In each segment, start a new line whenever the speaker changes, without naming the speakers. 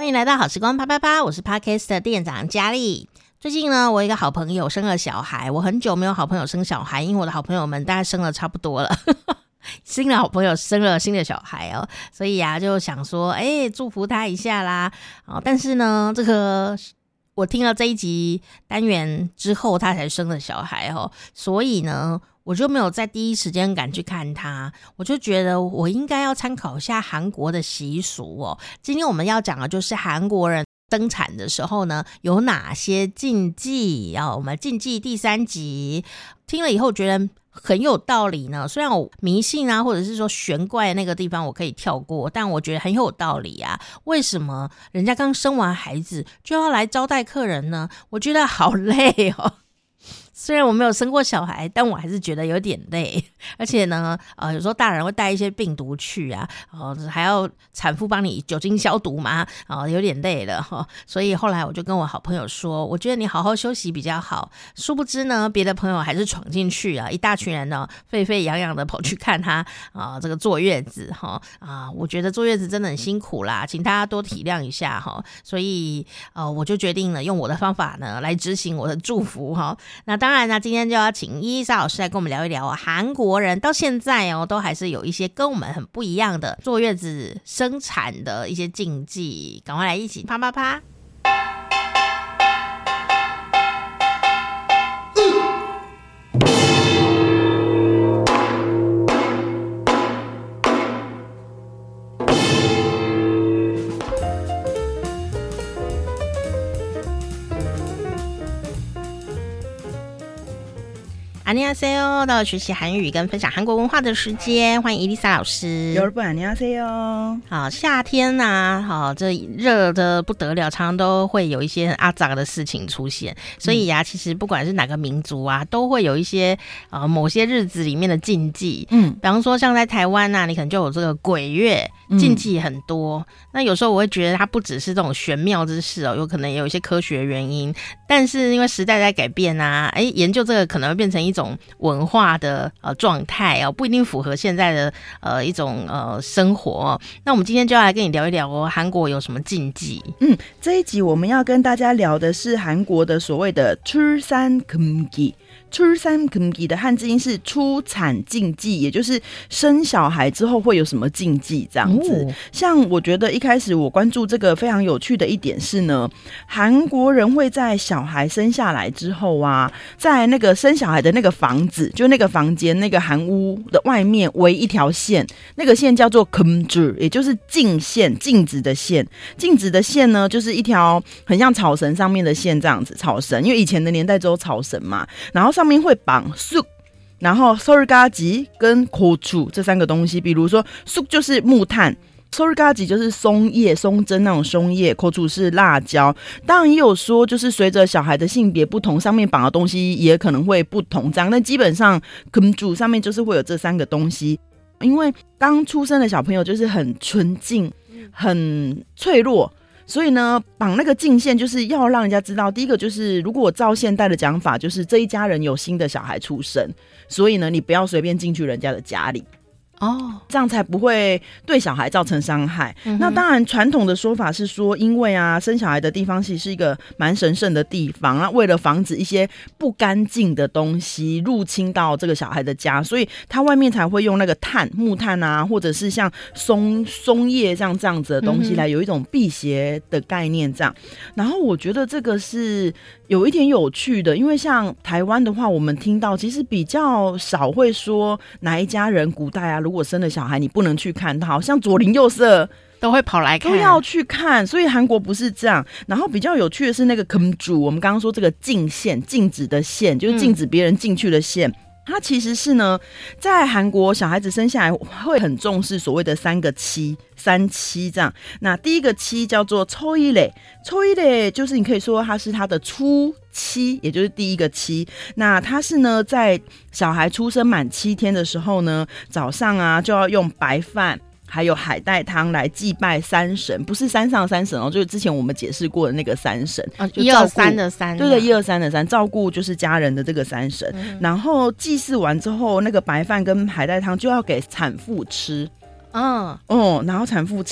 欢迎来到好时光啪啪啪，我是 Podcast 的店长佳丽。最近呢，我有一个好朋友生了小孩，我很久没有好朋友生小孩，因为我的好朋友们大概生了差不多了新的好朋友生了新的小孩哦，所以就想说祝福他一下啦。但是呢，这个我听了这一集单元之后他才生了小孩哦，所以呢我就没有在第一时间赶去看他，我就觉得我应该要参考一下韩国的习俗哦。今天我们要讲的就是韩国人生产的时候呢有哪些禁忌，我们禁忌第3集听了以后觉得很有道理呢。虽然我迷信啊或者是说玄怪那个地方我可以跳过，但我觉得很有道理啊。为什么人家刚生完孩子就要来招待客人呢？我觉得好累哦。虽然我没有生过小孩，但我还是觉得有点累，而且呢有时候大人会带一些病毒去啊，还要产妇帮你酒精消毒嘛，有点累了所以后来我就跟我好朋友说，我觉得你好好休息比较好。殊不知呢，别的朋友还是闯进去啊，一大群人呢沸沸扬扬的跑去看他这个坐月子我觉得坐月子真的很辛苦啦，请大家多体谅一下所以我就决定了用我的方法呢来执行我的祝福那当然呢，今天就要请伊莎老师来跟我们聊一聊韩国人到现在都还是有一些跟我们很不一样的坐月子生产的一些禁忌，赶快来一起啪啪啪。안녕하세요，到了学习韩语跟分享韩国文化的时间，欢迎伊丽莎老师。
여러분 안녕하세요。
好，夏天啊，这热的不得了，常常都会有一些很阿杂的事情出现，所以其实不管是哪个民族啊，都会有一些某些日子里面的禁忌。比方说像在台湾你可能就有这个鬼月，禁忌很多。那有时候我会觉得它不只是这种玄妙之事有可能也有一些科学原因，但是因为时代在改变研究这个可能会变成一种文化的状态不一定符合现在的一种生活那我们今天就要来跟你聊一聊韩国有什么禁忌。
这一集我们要跟大家聊的是韩国的所谓的출산금기。출산금기的汉字音是出产禁忌，也就是生小孩之后会有什么禁忌这样子。像我觉得一开始我关注这个非常有趣的一点是呢，韩国人会在小孩生下来之后在那个生小孩的那个房子，就那个房间那个韩屋的外面围一条线，那个线叫做금줄，也就是禁线，禁止的线。禁止的线呢就是一条很像草绳上面的线这样子，草绳，因为以前的年代只有草绳嘛，然后上面会绑쑥，然后설가지跟고추这3个东西。比如说쑥就是木炭，설가지就是松叶松针那种松叶，고추是辣椒。当然也有说就是随着小孩的性别不同，上面绑的东西也可能会不同这样，但基本上금주上面就是会有这3个东西。因为刚出生的小朋友就是很纯净很脆弱，所以呢绑那个禁线就是要让人家知道，第一个就是如果照现代的讲法，就是这一家人有新的小孩出生，所以呢你不要随便进去人家的家里这样才不会对小孩造成伤害。那当然传统的说法是说，因为生小孩的地方其实是一个蛮神圣的地方，那为了防止一些不干净的东西入侵到这个小孩的家，所以他外面才会用那个炭木炭或者是像松叶这样子的东西来有一种辟邪的概念这样。然后我觉得这个是有一点有趣的，因为像台湾的话，我们听到其实比较少会说哪一家人古代如果生了小孩你不能去看他，好像左邻右舍
都会跑来看，
都要去看，所以韩国不是这样。然后比较有趣的是那个금주，我们刚刚说这个禁线，禁止的线，就是禁止别人进去的线。它其实是呢，在韩国小孩子生下来会很重视所谓的3个七3七这样。那第一个七叫做초일에，就是你可以说它是他的初七，也就是第一个七。那它是呢在小孩出生满7天的时候呢，早上就要用白饭还有海带汤来祭拜3神，不是山上的3神就是之前我们解释过的那个3神
123的3，
对对123的3，照顾就是家人的这个3神。然后祭祀完之后，那个白饭跟海带汤就要给产妇吃然后产妇吃。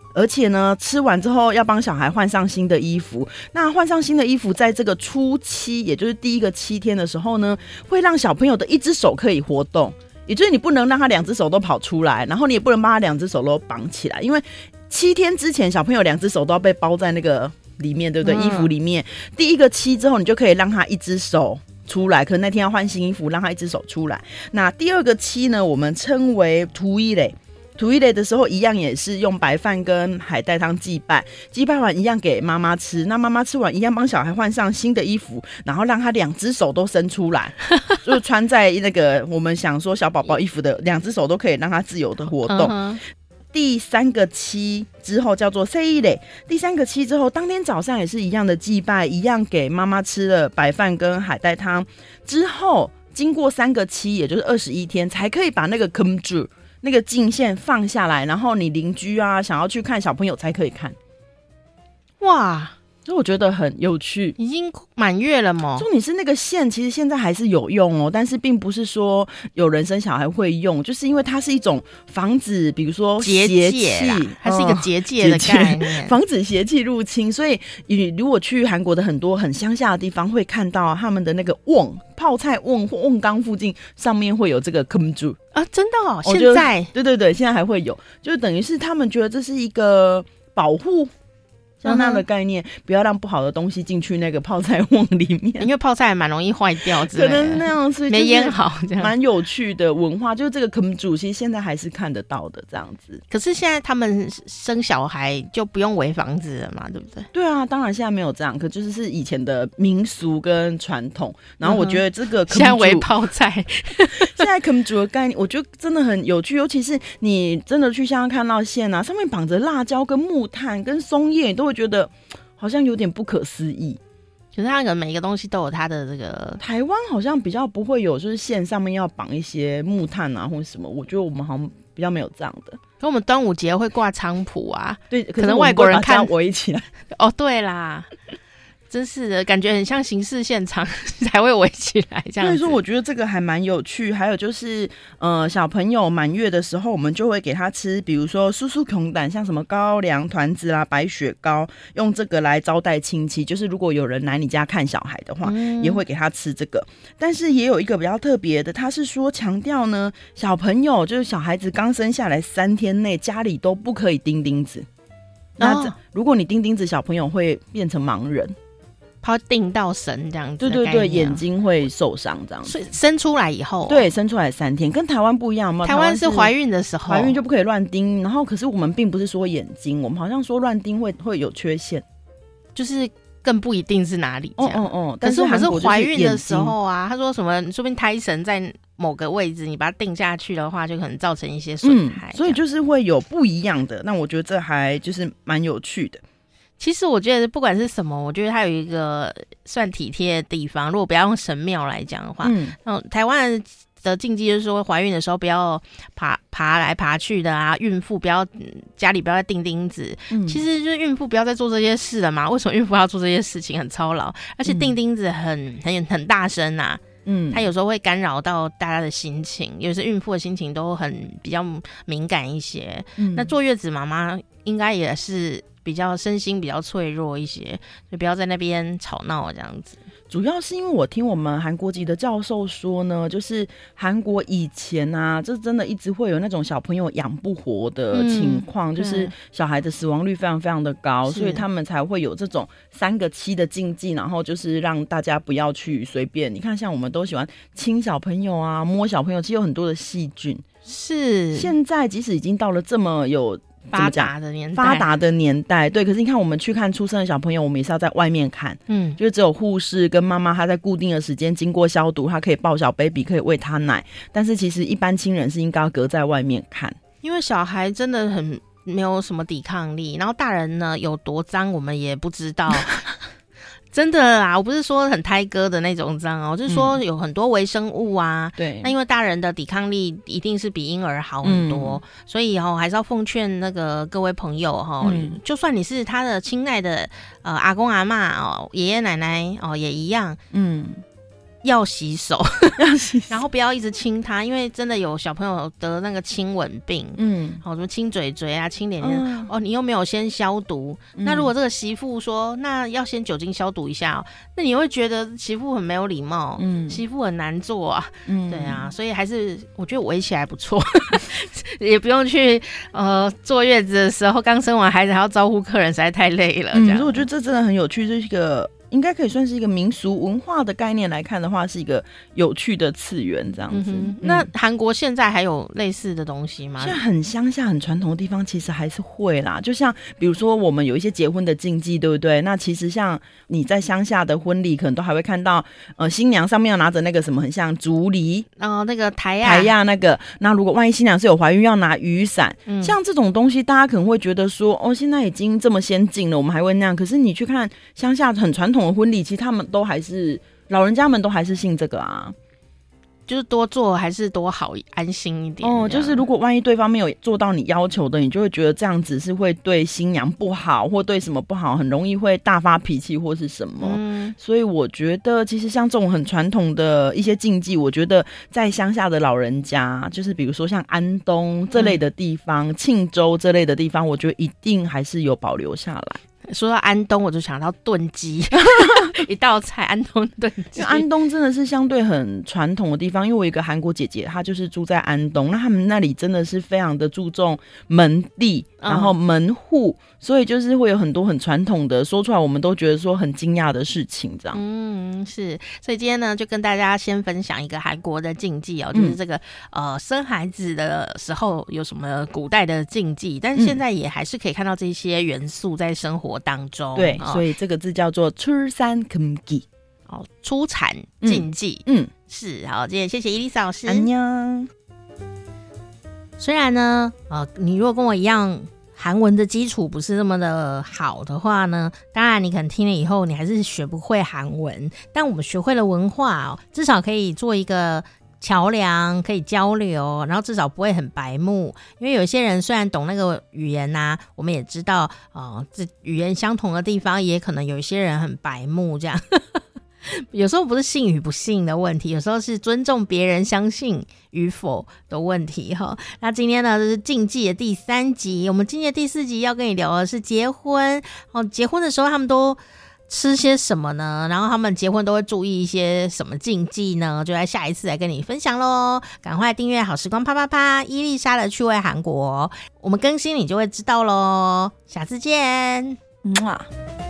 而且呢，吃完之后要帮小孩换上新的衣服。那换上新的衣服，在这个初期，也就是第一个7天的时候呢，会让小朋友的一只手可以活动，也就是你不能让他2只手都跑出来，然后你也不能帮他2只手都绑起来，因为7天之前小朋友2只手都要被包在那个里面，对不对？衣服里面。第一个期之后，你就可以让他1只手出来，可能那天要换新衣服，让他1只手出来。那第2个期呢，我们称为土一类。土一类的时候，一样也是用白饭跟海带汤祭拜，祭拜完一样给妈妈吃，那妈妈吃完一样帮小孩换上新的衣服，然后让他2只手都伸出来，就穿在那个我们想说小宝宝衣服的2只手都可以让他自由的活动。第3个期之后叫做 C 类，第3个期之后，当天早上也是一样的祭拜，一样给妈妈吃了白饭跟海带汤，之后经过3个期，也就是21天，才可以把那个 come true。那个镜线放下来，然后你邻居啊想要去看小朋友才可以看。
哇，
所以我觉得很有趣。
已经满月了吗？
重点是那个线其实现在还是有用哦，但是并不是说有人生小孩会用，就是因为它是一种防止比如说邪气，
它是一个结界的概念，
防止邪气入侵。所以你如果去韩国的很多很乡下的地方，会看到他们的那个瓮泡菜瓮或瓮缸附近上面会有这个坑住
啊，真的哦，现在
对，现在还会有，就等于是他们觉得这是一个保护。像那样的概念，不要让不好的东西进去那个泡菜瓮里面，
因为泡菜蛮容易坏掉之类的，
可能那样是
没腌好，这样
蛮有趣的文化。就是这个坑主，其实现在还是看得到的这样子。
可是现在他们生小孩就不用围房子了嘛，对不对？
对啊，当然现在没有这样，可就是以前的民俗跟传统。然后我觉得这个
现在围泡菜，
现在坑主的概念，我觉得真的很有趣，尤其是你真的去乡下看到线啊，上面绑着辣椒跟木炭跟松叶，你都会觉得好像有点不可思议。
可是它可能每一个东西都有它的这个，
台湾好像比较不会有，就是线上面要绑一些木炭啊或者什么，我觉得我们好像比较没有这样的。
可我们端午节会挂菖蒲啊，
对，
可能外国人看
围起来。
哦，对啦。真是的，感觉很像刑事现场才会围起来这样子。
所以说我觉得这个还蛮有趣。还有就是小朋友满月的时候，我们就会给他吃比如说酥酥孔胆，像什么高粱团子啦、白雪糕，用这个来招待亲戚。就是如果有人来你家看小孩的话，也会给他吃这个。但是也有一个比较特别的，他是说强调呢，小朋友就是小孩子刚生下来3天内家里都不可以钉钉子。那如果你钉钉子，小朋友会变成盲人。
他会定到神这样子，
对，眼睛会受伤这样子。
所以生出来以后，
对，生出来3天，跟台湾不一样嘛。
台湾是怀孕的时候，
怀孕就不可以乱盯。然后，可是我们并不是说眼睛，我们好像说乱盯会有缺陷，
就是更不一定是哪里这样。
但是
我们是怀孕的时候啊，他说什么，说不定胎神在某个位置，你把它定下去的话，就可能造成一些损害。
所以就是会有不一样的。那我觉得这还就是蛮有趣的。
其实我觉得不管是什么，我觉得它有一个算体贴的地方。如果不要用神庙来讲的话，台湾的禁忌就是说，怀孕的时候不要爬来爬去的啊，孕妇不要家里不要再钉钉子。其实就是孕妇不要再做这些事了嘛。为什么孕妇要做这些事情？很操劳，而且钉钉子很大声啊。它有时候会干扰到大家的心情，有时孕妇的心情都比较敏感一些。那坐月子妈妈应该也是比较身心比较脆弱一些，就不要在那边吵闹这样子。
主要是因为我听我们韩国籍的教授说呢，就是韩国以前啊，这真的一直会有那种小朋友养不活的情况，就是小孩的死亡率非常非常的高，所以他们才会有这种3个期的禁忌，然后就是让大家不要去随便。你看，像我们都喜欢亲小朋友啊，摸小朋友，其实有很多的细菌。
是，
现在即使已经到了这么有
发达
的年代，对。可是你看，我们去看出生的小朋友，我们也是要在外面看，就是只有护士跟妈妈，她在固定的时间经过消毒，她可以抱小 baby， 可以喂他奶。但是其实一般亲人是应该要隔在外面看，
因为小孩真的很没有什么抵抗力，然后大人呢有多脏我们也不知道。真的啦，我不是说很胎哥的那种脏哦，就是说有很多微生物啊。
对，
那因为大人的抵抗力一定是比婴儿好很多，所以还是要奉劝那个各位朋友就算你是他的亲爱的阿公阿嬷爷爷奶奶也一样。 要洗手然后不要一直亲它，因为真的有小朋友得那个亲吻病，什么亲嘴嘴啊亲脸脸，你又没有先消毒，那如果这个媳妇说那要先酒精消毒一下那你会觉得媳妇很没有礼貌，媳妇很难做啊，对啊，所以还是我觉得围起来不错也不用去坐月子的时候刚生完孩子还要招呼客人，实在太累了，
可是我觉得这真的很有趣，这是一个应该可以算是一个民俗文化的概念来看的话，是一个有趣的次元这样子。
那韩国现在还有类似的东西吗？
现在很乡下很传统的地方其实还是会啦，就像比如说我们有一些结婚的禁忌，对不对？那其实像你在乡下的婚礼可能都还会看到新娘上面要拿着那个什么很像竹篱
那个台
亚那个，那如果万一新娘是有怀孕要拿雨伞，像这种东西大家可能会觉得说现在已经这么先进了我们还会那样，可是你去看乡下很传统的婚礼，其实他们都还是老人家们都还是信这个啊，
就是多做还是多好，安心一点
就是如果万一对方没有做到你要求的，你就会觉得这样子是会对新娘不好或对什么不好，很容易会大发脾气或是什么，所以我觉得其实像这种很传统的一些禁忌，我觉得在乡下的老人家，就是比如说像安东这类的地方，庆州这类的地方，我觉得一定还是有保留下来。
说到安东我就想到炖鸡一道菜安东炖鸡，
因为安东真的是相对很传统的地方，因为我有一个韩国姐姐她就是住在安东，那他们那里真的是非常的注重门第然后门户，所以就是会有很多很传统的说出来我们都觉得说很惊讶的事情这样。
是，所以今天呢就跟大家先分享一个韩国的禁忌就是这个生孩子的时候有什么古代的禁忌，但是现在也还是可以看到这些元素在生活当中。
对，所以这个字叫做출산금기，
出产禁忌。是，好，今天谢谢伊丽莎老师。
安녕。
虽然呢你如果跟我一样韩文的基础不是那么的好的话呢，当然你可能听了以后你还是学不会韩文，但我们学会了文化至少可以做一个桥梁，可以交流，然后至少不会很白目，因为有些人虽然懂那个语言我们也知道这语言相同的地方也可能有一些人很白目这样有时候不是信与不信的问题，有时候是尊重别人相信与否的问题那今天呢这是禁忌的第3集，我们今天的第4集要跟你聊的是结婚结婚的时候他们都吃些什么呢？然后他们结婚都会注意一些什么禁忌呢？就在下一次来跟你分享咯，赶快订阅好时光啪啪啪伊丽莎的趣味韩国，我们更新你就会知道咯，下次见。